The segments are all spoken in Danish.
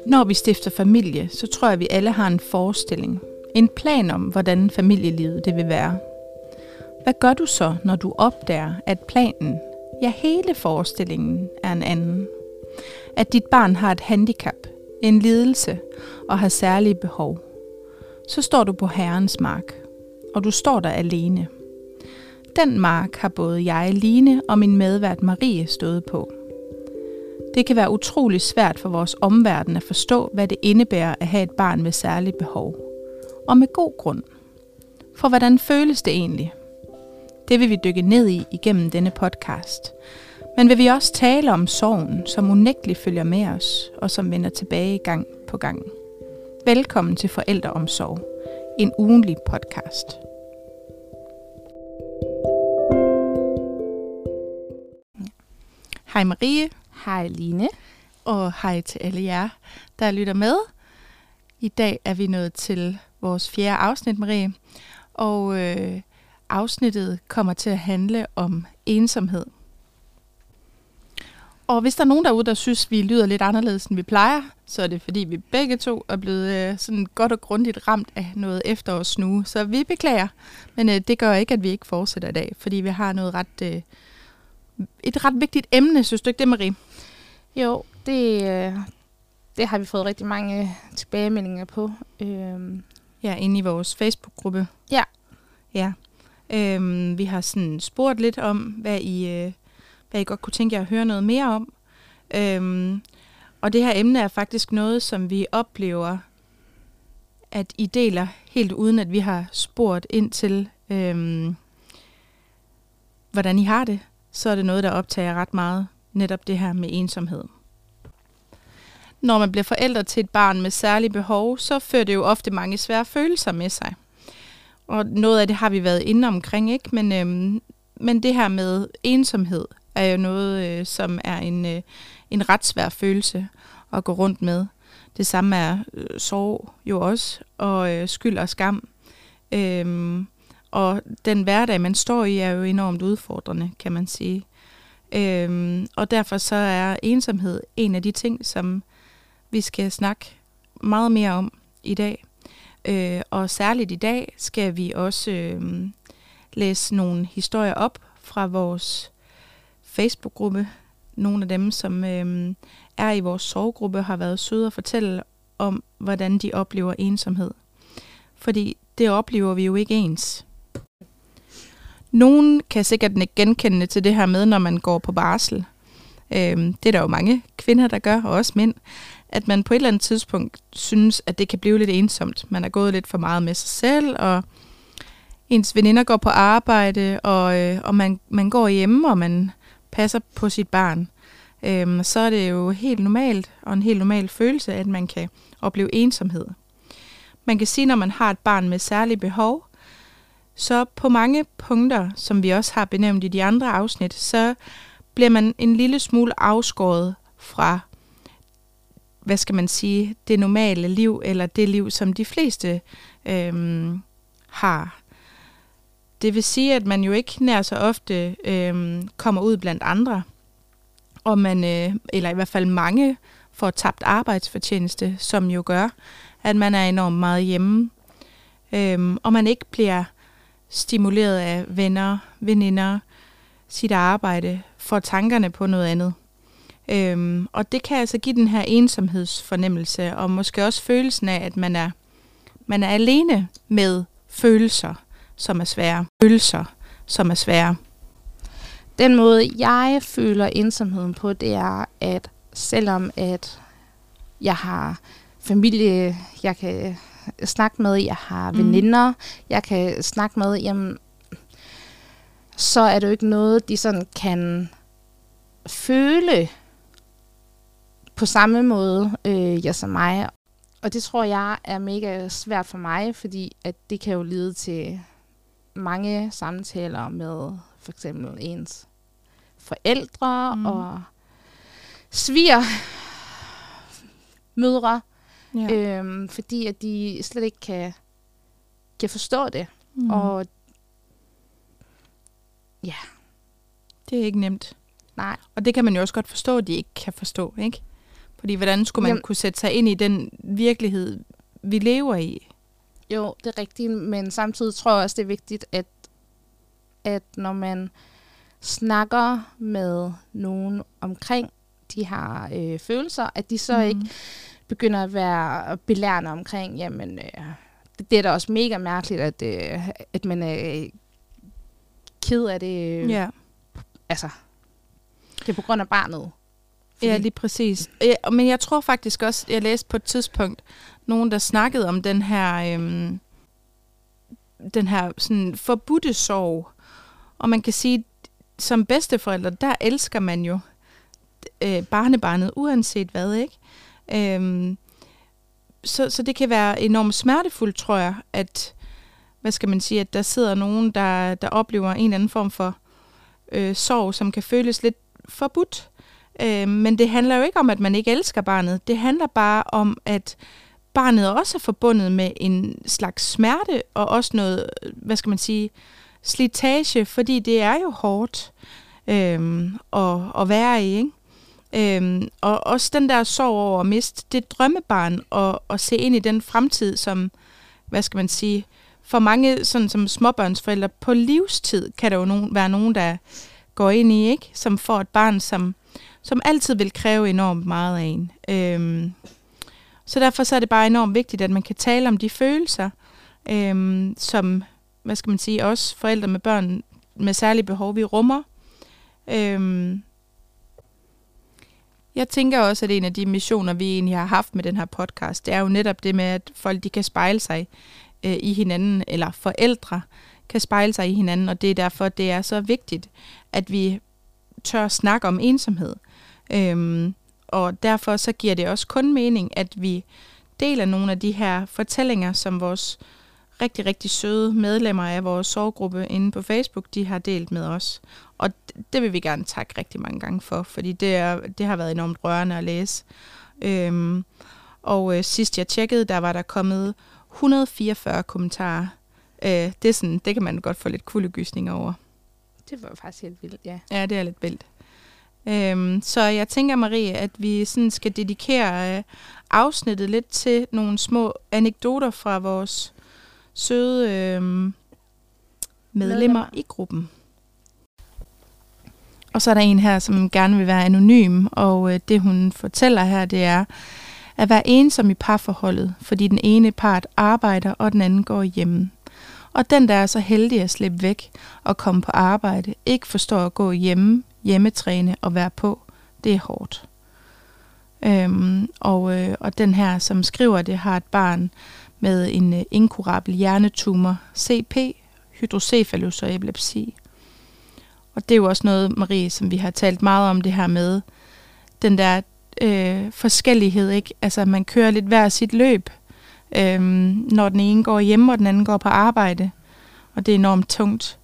Når vi stifter familie, så tror jeg, at vi alle har en forestilling. En plan om, hvordan familielivet det vil være. Hvad gør du så, når du opdager, at planen, ja hele forestillingen, er en anden? At dit barn har et handicap, en lidelse og har særlige behov. Så står du på Herrens mark, og du står der alene. Den mark har både jeg, Line, og min medvært Marie stået på. Det kan være utrolig svært for vores omverden at forstå, hvad det indebærer at have et barn med særlige behov. Og med god grund. For hvordan føles det egentlig? Det vil vi dykke ned i igennem denne podcast. Men vil vi også tale om sorgen, som unægteligt følger med os, og som vender tilbage gang på gang. Velkommen til Forældreomsorg, en ugentlig podcast. Hej Marie. Hej Line. Og hej til alle jer, der lytter med. I dag er vi nået til vores 4. afsnit, Marie. Og afsnittet kommer til at handle om ensomhed. Og hvis der er nogen derude, der synes, vi lyder lidt anderledes, end vi plejer, så er det fordi, vi begge to er blevet sådan godt og grundigt ramt af noget efterårssnue. Så vi beklager, men det gør ikke, at vi ikke fortsætter i dag, fordi vi har noget et ret vigtigt emne, synes du ikke det, Marie? Jo, det har vi fået rigtig mange tilbagemeldinger på. Ja, inde i vores Facebook-gruppe. Ja. Ja. Vi har sådan spurgt lidt om, hvad I godt kunne tænke jer at høre noget mere om. Og det her emne er faktisk noget, som vi oplever, at I deler helt uden, at vi har spurgt ind til, hvordan I har det. Så er det noget, der optager ret meget, netop det her med ensomhed. Når man bliver forældre til et barn med særlige behov, så fører det jo ofte mange svære følelser med sig. Og noget af det har vi været inde omkring, ikke? Men det her med ensomhed er jo noget, som er en ret svær følelse at gå rundt med. Det samme er sorg jo også, og skyld og skam. Og den hverdag, man står i, er jo enormt udfordrende, kan man sige. Og derfor så er ensomhed en af de ting, som vi skal snakke meget mere om i dag. Og særligt i dag skal vi også læse nogle historier op fra vores Facebook-gruppe. Nogle af dem, som er i vores sorggruppe, har været søde at fortælle om, hvordan de oplever ensomhed. Fordi det oplever vi jo ikke ens. Nogen kan sikkert ikke genkende til det her med, når man går på barsel. Det er der jo mange kvinder, der gør, og også mænd. At man på et eller andet tidspunkt synes, at det kan blive lidt ensomt. Man er gået lidt for meget med sig selv, og ens veninder går på arbejde, og man går hjemme, og man passer på sit barn. Så er det jo helt normalt, og en helt normal følelse, at man kan opleve ensomhed. Man kan sige, når man har et barn med særlige behov, så på mange punkter, som vi også har benævnt i de andre afsnit, så bliver man en lille smule afskåret fra, hvad skal man sige, det normale liv, eller det liv, som de fleste har. Det vil sige, at man jo ikke nær så ofte kommer ud blandt andre, og man, eller i hvert fald mange, får tabt arbejdsfortjeneste, som jo gør, at man er enormt meget hjemme, og man ikke bliver stimuleret af venner, veninder, sit arbejde, får tankerne på noget andet. Og det kan altså give den her ensomhedsfornemmelse, og måske også følelsen af, at man er alene med følelser, som er svære. Den måde, jeg føler ensomheden på, det er, at selvom at jeg har familie, jeg kan snakke med, jeg har veninder, jeg kan snakke med, jamen, så er det jo ikke noget, de sådan kan føle på samme måde, som mig. Og det tror jeg er mega svært for mig, fordi at det kan jo lede til mange samtaler med for eksempel ens forældre og svigermødre, fordi at de slet ikke kan forstå det. Og ja. Det er ikke nemt. Nej. Og det kan man jo også godt forstå, at de ikke kan forstå, ikke? Fordi hvordan skulle man kunne sætte sig ind i den virkelighed, vi lever i? Jo, det er rigtigt, men samtidig tror jeg også, det er vigtigt, at når man snakker med nogen omkring de her følelser, at de så ikke begynder at være belærende omkring, jamen, det er da også mega mærkeligt, at man er ked af det. Ja. Altså, det er på grund af barnet. Ja, lige præcis. Men jeg tror faktisk også, jeg læste på et tidspunkt, nogen der snakkede om den her sådan forbudte sorg. Og man kan sige, som bedsteforældre, der elsker man jo barnebarnet, uanset hvad, ikke? Så det kan være enormt smertefuldt, tror jeg, at, hvad skal man sige, at der sidder nogen, der oplever en eller anden form for sorg, som kan føles lidt forbudt. Men det handler jo ikke om, at man ikke elsker barnet. Det handler bare om, at barnet også er forbundet med en slags smerte, og også noget, hvad skal man sige, slitage, fordi det er jo hårdt at være i, ikke? Og også den der sorg over at miste det drømmebarn, og se ind i den fremtid, som, hvad skal man sige, for mange sådan som småbørnsforældre på livstid, kan der jo være nogen, der går ind i, ikke? Som får et barn, som altid vil kræve enormt meget af en. Så derfor så er det bare enormt vigtigt, at man kan tale om de følelser, som, hvad skal man sige, også forældre med børn med særlige behov, vi rummer. Jeg tænker også, at en af de missioner, vi egentlig har haft med den her podcast, det er jo netop det med, at folk de kan spejle sig i hinanden, eller forældre kan spejle sig i hinanden, og det er derfor, det er så vigtigt, at vi tør snakke om ensomhed. Og derfor så giver det også kun mening, at vi deler nogle af de her fortællinger, som vores rigtig, rigtig søde medlemmer af vores sorggruppe inde på Facebook, de har delt med os. Og det vil vi gerne takke rigtig mange gange for, fordi det har været enormt rørende at læse. Og sidst jeg tjekkede, der var der kommet 144 kommentarer. Det kan man godt få lidt kuldegysninger over. Det var faktisk helt vildt, ja. Ja, det er lidt vildt. Så jeg tænker, Marie, at vi sådan skal dedikere afsnittet lidt til nogle små anekdoter fra vores søde medlemmer i gruppen. Og så er der en her, som gerne vil være anonym, og det hun fortæller her, det er at være ensom i parforholdet, fordi den ene part arbejder, og den anden går hjemme. Og den, der er så heldig at slippe væk og komme på arbejde, ikke forstår at gå hjemmetræne og være på, det er hårdt. Og den her, som skriver det, har et barn med en inkurabel hjernetumor, CP, hydrocephalus og epilepsi. Og det er jo også noget, Marie, som vi har talt meget om det her med, den der forskellighed, ikke? Altså, man kører lidt hver sit løb, når den ene går hjemme, og den anden går på arbejde. Og det er enormt tungt.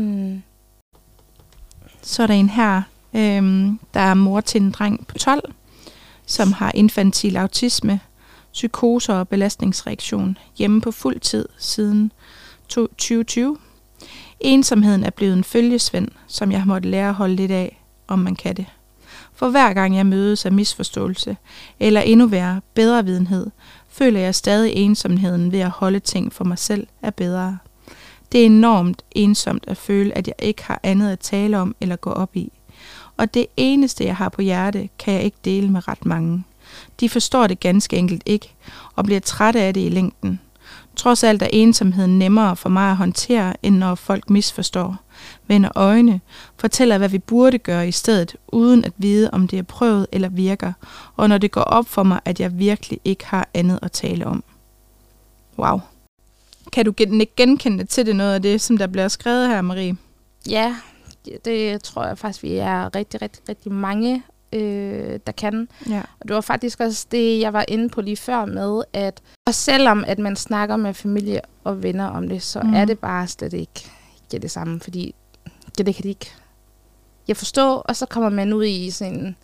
Så er der en her, der er mor til en dreng på 12, som har infantil autisme, psykoser og belastningsreaktion, hjemme på fuld tid siden 2020. Ensomheden er blevet en følgesvend, som jeg måtte lære at holde lidt af, om man kan det. For hver gang jeg mødes af misforståelse, eller endnu værre, bedrevidenhed, føler jeg stadig ensomheden ved at holde ting for mig selv er bedre. Det er enormt ensomt at føle, at jeg ikke har andet at tale om eller gå op i. Og det eneste, jeg har på hjerte, kan jeg ikke dele med ret mange. De forstår det ganske enkelt ikke, og bliver trætte af det i længden. Trods alt er ensomheden nemmere for mig at håndtere, end når folk misforstår, vender øjne, fortæller, hvad vi burde gøre i stedet, uden at vide, om det er prøvet eller virker, og når det går op for mig, at jeg virkelig ikke har andet at tale om. Wow. Kan du genkende til det noget af det, som der bliver skrevet her, Marie? Ja, det tror jeg faktisk, vi er rigtig, rigtig, rigtig mange, der kan. Ja. Og det var faktisk også det, jeg var inde på lige før med, at og selvom at man snakker med familie og venner om det, så er det bare slet ikke det samme, fordi det kan de ikke. Jeg forstår, og så kommer man ud i sådan en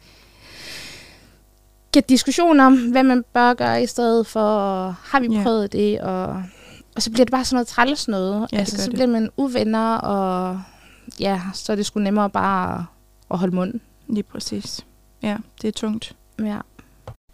diskussion om, hvad man bør gøre i stedet for, og har vi prøvet det, og så bliver det bare sådan noget træls noget. Ja, altså, så bliver man uvenner, og ja, så er det sgu nemmere bare at holde munden. Lige præcis. Ja, det er tungt. Ja.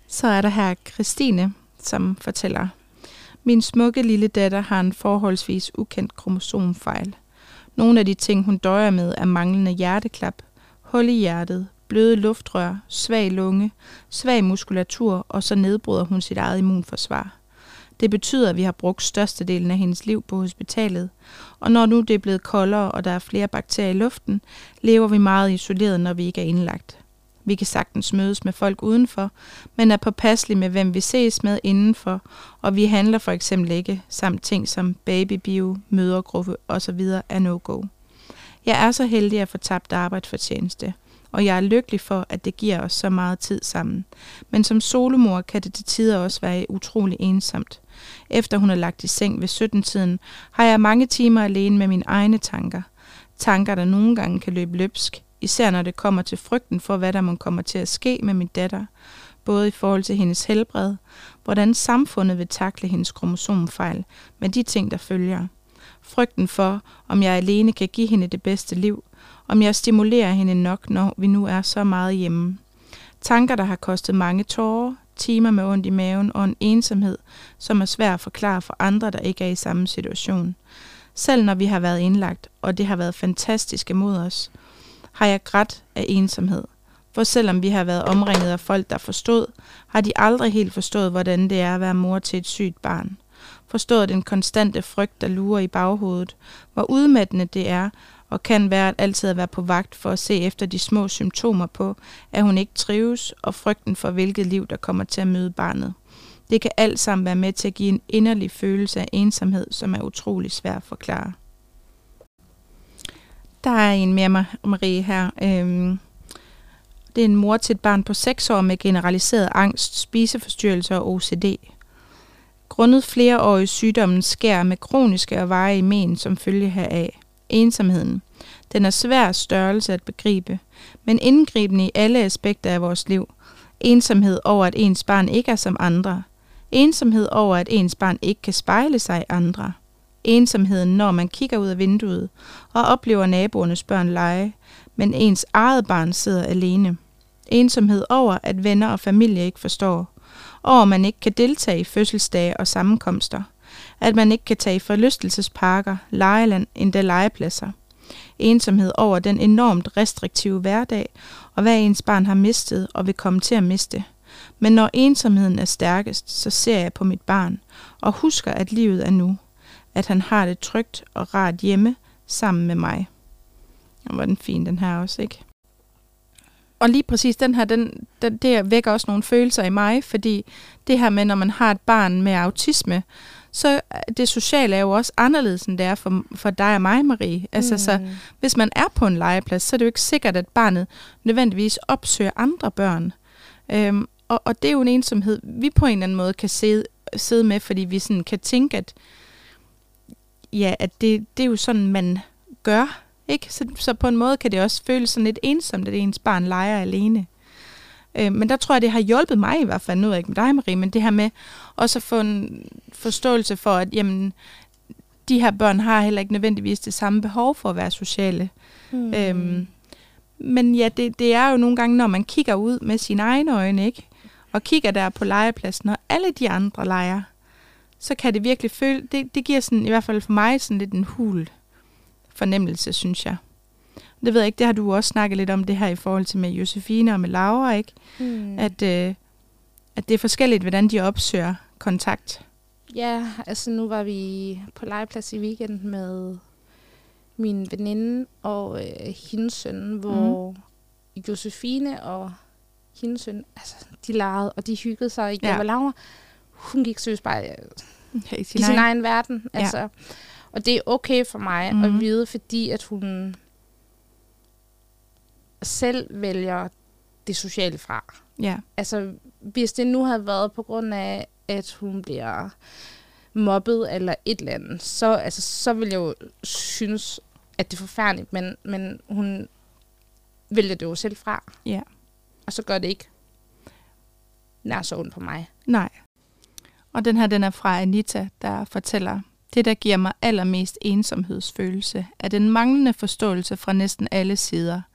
Så er der her Christine, som fortæller: Min smukke lille datter har en forholdsvis ukendt kromosomfejl. Nogle af de ting, hun døjer med, er manglende hjerteklap, hul i hjertet, bløde luftrør, svag lunge, svag muskulatur, og så nedbryder hun sit eget immunforsvar. Det betyder, at vi har brugt størstedelen af hendes liv på hospitalet, og når nu det er blevet koldere, og der er flere bakterier i luften, lever vi meget isoleret, når vi ikke er indlagt. Vi kan sagtens mødes med folk udenfor, men er påpasselige med, hvem vi ses med indenfor, og vi handler for eksempel ikke, samt ting som babybio, mødergruppe osv. er no-go. Jeg er så heldig at få tabt arbejdsfortjeneste, og jeg er lykkelig for, at det giver os så meget tid sammen. Men som solomor kan det til tider også være utrolig ensomt. Efter hun er lagt i seng ved 17-tiden, har jeg mange timer alene med mine egne tanker. Tanker, der nogle gange kan løbe løbsk, især når det kommer til frygten for, hvad der må komme til at ske med min datter, både i forhold til hendes helbred, hvordan samfundet vil takle hendes kromosomfejl, med de ting, der følger. Frygten for, om jeg alene kan give hende det bedste liv, om jeg stimulerer hende nok, når vi nu er så meget hjemme. Tanker, der har kostet mange tårer, timer med ondt i maven og en ensomhed, som er svær at forklare for andre, der ikke er i samme situation. Selv når vi har været indlagt, og det har været fantastisk imod os, har jeg grædt af ensomhed. For selvom vi har været omringet af folk, der forstod, har de aldrig helt forstået, hvordan det er at være mor til et sygt barn. Forstået den konstante frygt, der lurer i baghovedet, hvor udmattende det er, og kan være at altid at være på vagt for at se efter de små symptomer på, at hun ikke trives, og frygten for hvilket liv, der kommer til at møde barnet. Det kan alt sammen være med til at give en inderlig følelse af ensomhed, som er utrolig svær at forklare. Der er en mere, Marie, her. Det er en mor til et barn på 6 år med generaliseret angst, spiseforstyrrelser og OCD. Grundet flereårige sygdommen skær med kroniske og varige men som følge heraf. Ensomheden. Den er svær størrelse at begribe, men indgribende i alle aspekter af vores liv. Ensomhed over, at ens barn ikke er som andre. Ensomhed over, at ens barn ikke kan spejle sig i andre. Ensomheden, når man kigger ud af vinduet og oplever naboernes børn lege, men ens eget barn sidder alene. Ensomhed over, at venner og familie ikke forstår. Over, at man ikke kan deltage i fødselsdage og sammenkomster. At man ikke kan tage i forlystelsesparker, legeland, endda legepladser. Ensomhed over den enormt restriktive hverdag, og hvad ens barn har mistet og vil komme til at miste. Men når ensomheden er stærkest, så ser jeg på mit barn og husker, at livet er nu. At han har det trygt og rart hjemme sammen med mig. Og hvor den fin, den her også, ikke? Og lige præcis den her, det vækker også nogle følelser i mig, fordi det her med, når man har et barn med autisme, så det sociale er jo også anderledes, end det er for dig og mig, Marie. Altså, så hvis man er på en legeplads, så er det jo ikke sikkert, at barnet nødvendigvis opsøger andre børn. Og det er jo en ensomhed, vi på en eller anden måde kan sidde med, fordi vi sådan kan tænke, at ja, at det er jo sådan, man gør, ikke? Så på en måde kan det også føles sådan lidt ensomt, at ens barn leger alene. Men der tror jeg, det har hjulpet mig i hvert fald, nu er jeg ikke med dig, Marie, men det her med også at få en forståelse for, at jamen, de her børn har heller ikke nødvendigvis det samme behov for at være sociale. Men ja, det er jo nogle gange, når man kigger ud med sine egne øjne, ikke? Og kigger der på legepladsen, og alle de andre leger, så kan det virkelig føle, det giver sådan, i hvert fald for mig, sådan lidt en hul fornemmelse, synes jeg. Det ved jeg ikke, det har du også snakket lidt om, det her i forhold til med Josefine og med Laura, ikke? At det er forskelligt, hvordan de opsøger kontakt. Ja, altså nu var vi på legeplads i weekend med min veninde og hendes søn, hvor Josefine og hendes søn, altså de legede, og de hyggede sig. Ja. Laura, hun gik seriøst bare i sin egen verden. Ja. Altså, og det er okay for mig at vide, fordi at hun selv vælger det sociale fra. Ja. Altså, hvis det nu havde været på grund af, at hun bliver mobbet eller et eller andet, så ville jeg jo synes, at det er forfærdeligt, men hun vælger det jo selv fra. Ja. Og så gør det ikke nær så ondt på mig. Nej. Og den her, den er fra Anita, der fortæller: det, der giver mig allermest ensomhedsfølelse, er den manglende forståelse fra næsten alle sider.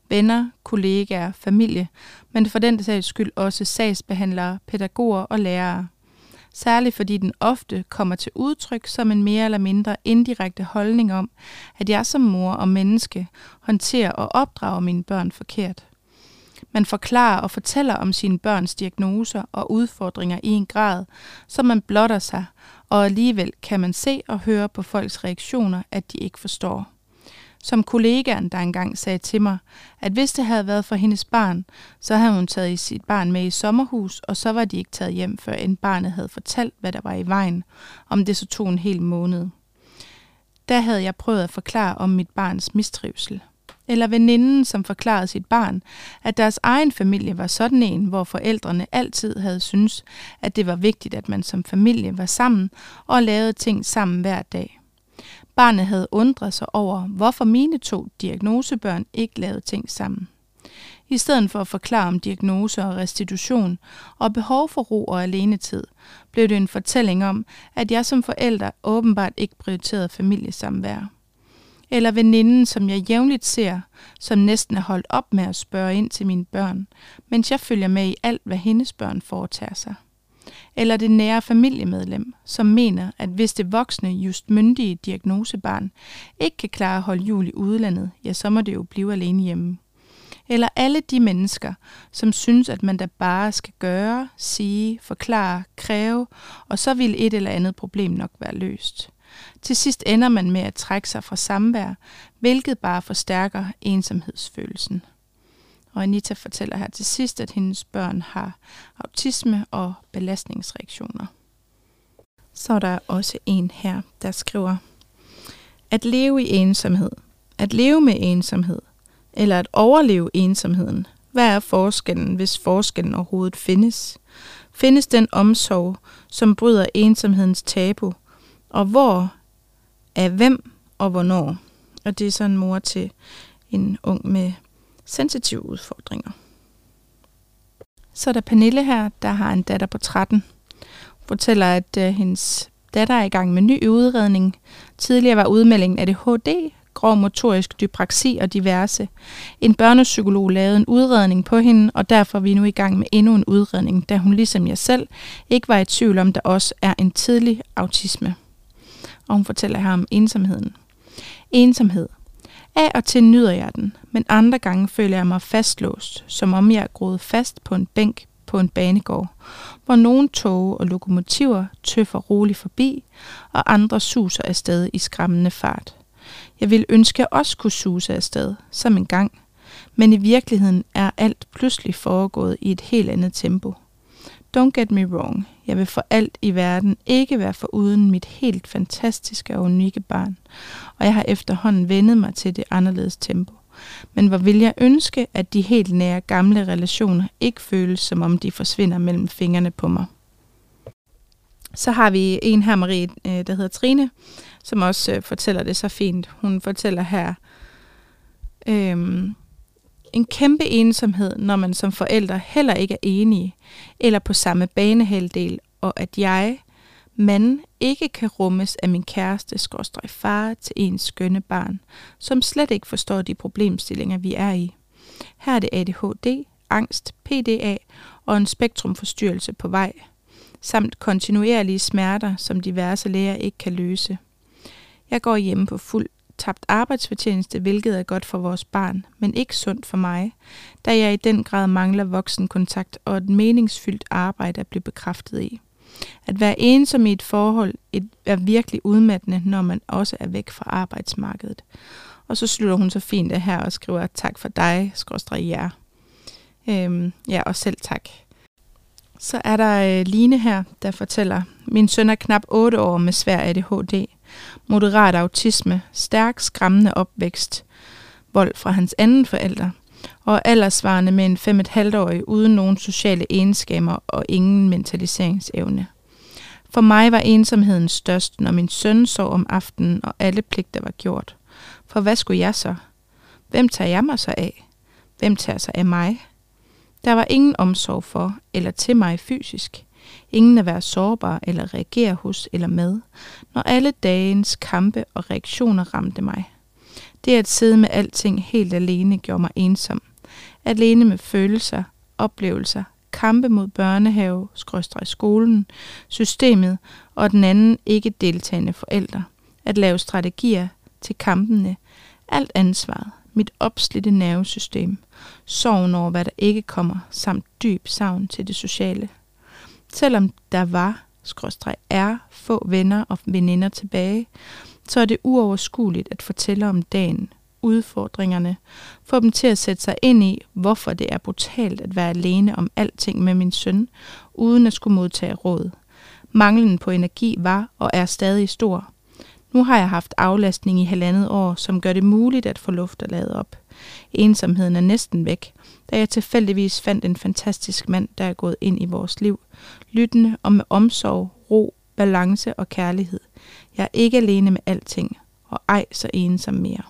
venner, kollegaer, familie, men for den sags skyld også sagsbehandlere, pædagoger og lærere. Særligt fordi den ofte kommer til udtryk som en mere eller mindre indirekte holdning om, at jeg som mor og menneske håndterer og opdrager mine børn forkert. Man forklarer og fortæller om sine børns diagnoser og udfordringer i en grad, så man blotter sig, og alligevel kan man se og høre på folks reaktioner, at de ikke forstår. Som kollegaen, der engang sagde til mig, at hvis det havde været for hendes barn, så havde hun taget sit barn med i sommerhus, og så var de ikke taget hjem, før en barnet havde fortalt, hvad der var i vejen, om det så tog en hel måned. Der havde jeg prøvet at forklare om mit barns mistrivsel. Eller veninden, som forklarede sit barn, at deres egen familie var sådan en, hvor forældrene altid havde syntes, at det var vigtigt, at man som familie var sammen og lavede ting sammen hver dag. Barnet havde undret sig over, hvorfor mine 2 diagnosebørn ikke lavede ting sammen. I stedet for at forklare om diagnoser og restitution og behov for ro og alenetid, blev det en fortælling om, at jeg som forælder åbenbart ikke prioriterede familiesamvær. Eller veninden, som jeg jævnligt ser, som næsten er holdt op med at spørge ind til mine børn, mens jeg følger med i alt, hvad hendes børn foretager sig. Eller det nære familiemedlem, som mener, at hvis det voksne, just myndige diagnosebarn ikke kan klare at holde jul i udlandet, ja, så må det jo blive alene hjemme. Eller alle de mennesker, som synes, at man da bare skal gøre, sige, forklare, kræve, og så vil et eller andet problem nok være løst. Til sidst ender man med at trække sig fra samvær, hvilket bare forstærker ensomhedsfølelsen. Og Anita fortæller her til sidst, at hendes børn har autisme og belastningsreaktioner. Så er der også en her, der skriver, at leve i ensomhed, at leve med ensomhed, eller at overleve ensomheden. Hvad er forskellen, hvis forskellen overhovedet findes? Findes den omsorg, som bryder ensomhedens tabu? Og hvor, af hvem og hvornår? Og det er så en mor til en ung med sensitive udfordringer. Så er der Pernille her, der har en datter på 13. Hun fortæller, at hendes datter er i gang med ny udredning. Tidligere var udmeldingen ADHD, grov motorisk dyspraksi og diverse. En børnepsykolog lavede en udredning på hende, og derfor er vi nu i gang med endnu en udredning, da hun ligesom jeg selv ikke var i tvivl om, der også er en tidlig autisme. Og hun fortæller her om ensomheden. Ensomhed. Af og til nyder jeg den, men andre gange føler jeg mig fastlåst, som om jeg er groet fast på en bænk på en banegård, hvor nogle tog og lokomotiver tøffer roligt forbi, og andre suser afsted i skræmmende fart. Jeg ville ønske, at jeg også kunne suse afsted, som en gang, men i virkeligheden er alt pludselig foregået i et helt andet tempo. Don't get me wrong, jeg vil for alt i verden ikke være foruden mit helt fantastiske og unikke barn, og jeg har efterhånden vendet mig til det anderledes tempo. Men hvor vil jeg ønske, at de helt nære gamle relationer ikke føles, som om de forsvinder mellem fingrene på mig. Så har vi en her, Marie, der hedder Trine, som også fortæller det så fint. Hun fortæller her, en kæmpe ensomhed, når man som forældre heller ikke er enige, eller på samme banehalvdel, og at jeg, mand, ikke kan rummes af min kæreste /far til ens skønne barn, som slet ikke forstår de problemstillinger, vi er i. Her er det ADHD, angst, PDA og en spektrumforstyrrelse på vej, samt kontinuerlige smerter, som diverse læger ikke kan løse. Jeg går hjemme på fuld tabt arbejdsfortjeneste, hvilket er godt for vores barn, men ikke sundt for mig, da jeg i den grad mangler voksenkontakt og et meningsfyldt arbejde at blive bekræftet i. At være ensom i et forhold er virkelig udmattende, når man også er væk fra arbejdsmarkedet. Og så slutter hun så fint af her og skriver, tak for dig, /jer. Ja, og selv tak. Så er der Line her, der fortæller, min søn er knap 8 år med svær ADHD, moderat autisme, stærk skræmmende opvækst, vold fra hans anden forælder, og aldersvarende med en 5,5-årig uden nogen sociale egenskaber og ingen mentaliseringsevne. For mig var ensomheden størst, når min søn sov om aftenen, og alle pligter var gjort. For hvad skulle jeg så? Hvem tager jeg mig så af? Hvem tager sig af mig? Der var ingen omsorg for eller til mig fysisk. Ingen at være sårbar eller reagere hos eller med, når alle dagens kampe og reaktioner ramte mig. Det at sidde med alting helt alene gjorde mig ensom. Alene med følelser, oplevelser, kampe mod børnehave, skolen, systemet og den anden ikke deltagende forældre. At lave strategier til kampene. Alt ansvaret. Mit opslidte nervesystem. Sorgen over, hvad der ikke kommer, samt dyb savn til det sociale. Selvom der var, få venner og veninder tilbage, så er det uoverskueligt at fortælle om dagen, udfordringerne, få dem til at sætte sig ind i, hvorfor det er brutalt at være alene om alting med min søn, uden at skulle modtage råd. Manglen på energi var og er stadig stor. Nu har jeg haft aflastning i 1,5 år, som gør det muligt at få luft og lade op. Ensomheden er næsten væk, da jeg tilfældigvis fandt en fantastisk mand, der er gået ind i vores liv, lyttende og med omsorg, ro, balance og kærlighed. Jeg er ikke alene med alting, og ej så ensom mere.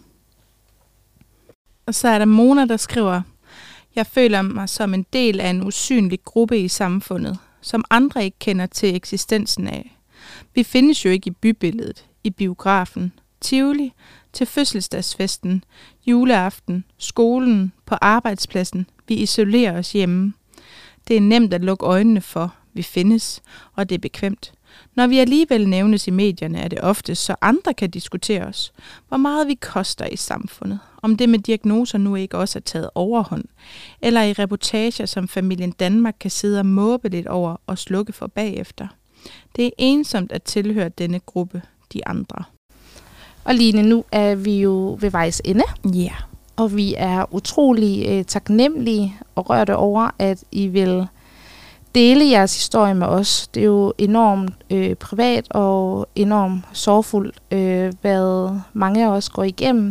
Og så er der Mona, der skriver, jeg føler mig som en del af en usynlig gruppe i samfundet, som andre ikke kender til eksistensen af. Vi findes jo ikke i bybilledet, i biografen, Tivoli, til fødselsdagsfesten, juleaften, skolen, på arbejdspladsen. Vi isolerer os hjemme. Det er nemt at lukke øjnene for, vi findes, og det er bekvemt. Når vi alligevel nævnes i medierne, er det ofte, så andre kan diskutere os, hvor meget vi koster i samfundet, om det med diagnoser nu ikke også er taget overhånd, eller i reportager, som familien Danmark kan sidde og måbe lidt over og slukke for bagefter. Det er ensomt at tilhøre denne gruppe, de andre. Og Line, nu er vi jo ved vejs ende. Ja. Og vi er utrolig taknemmelige og rørte over, at I vil dele jeres historie med os. Det er jo enormt privat og enormt sorgfuldt, hvad mange af os går igennem.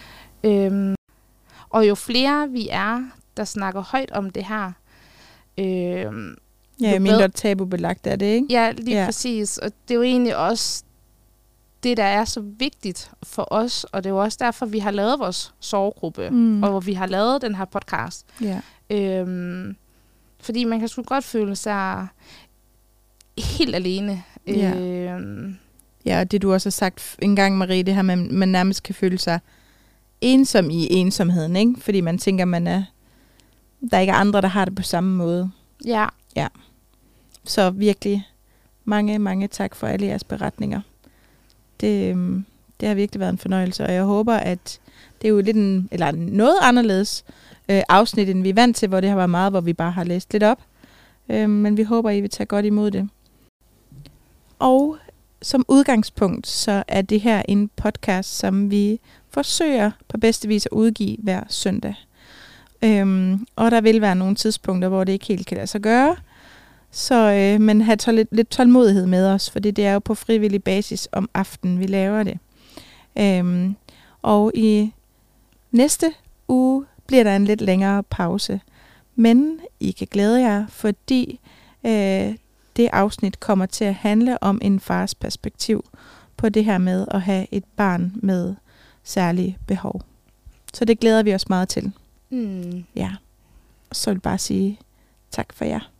Og jo flere vi er, der snakker højt om det her, ja, mindre tabubelagt er det, ikke? Ja, lige præcis. Og det er jo egentlig også det, der er så vigtigt for os, og det er jo også derfor, vi har lavet vores sorggruppe, og hvor vi har lavet den her podcast. Ja. Fordi man kan sgu godt føle sig helt alene. Ja, og det du også har sagt en gang, Marie, det her med, man nærmest kan føle sig ensom i ensomheden, ikke? Fordi man tænker, der ikke er andre, der har det på samme måde. Ja. Ja. Så virkelig mange, mange tak for alle jeres beretninger. Det har virkelig været en fornøjelse, og jeg håber, at det er jo lidt noget anderledes afsnit, end vi er vant til, hvor det har været meget, hvor vi bare har læst lidt op. Men vi håber, I vil tage godt imod det. Og som udgangspunkt, så er det her en podcast, som vi forsøger på bedste vis at udgive hver søndag. Og der vil være nogle tidspunkter, hvor det ikke helt kan lade sig gøre. Så, men have lidt tålmodighed med os, for det er jo på frivillig basis om aftenen, vi laver det. Og i næste uge bliver der en lidt længere pause. Men I kan glæde jer, fordi det afsnit kommer til at handle om en fars perspektiv på det her med at have et barn med særlige behov. Så det glæder vi os meget til. Ja. Så vil jeg bare sige tak for jer.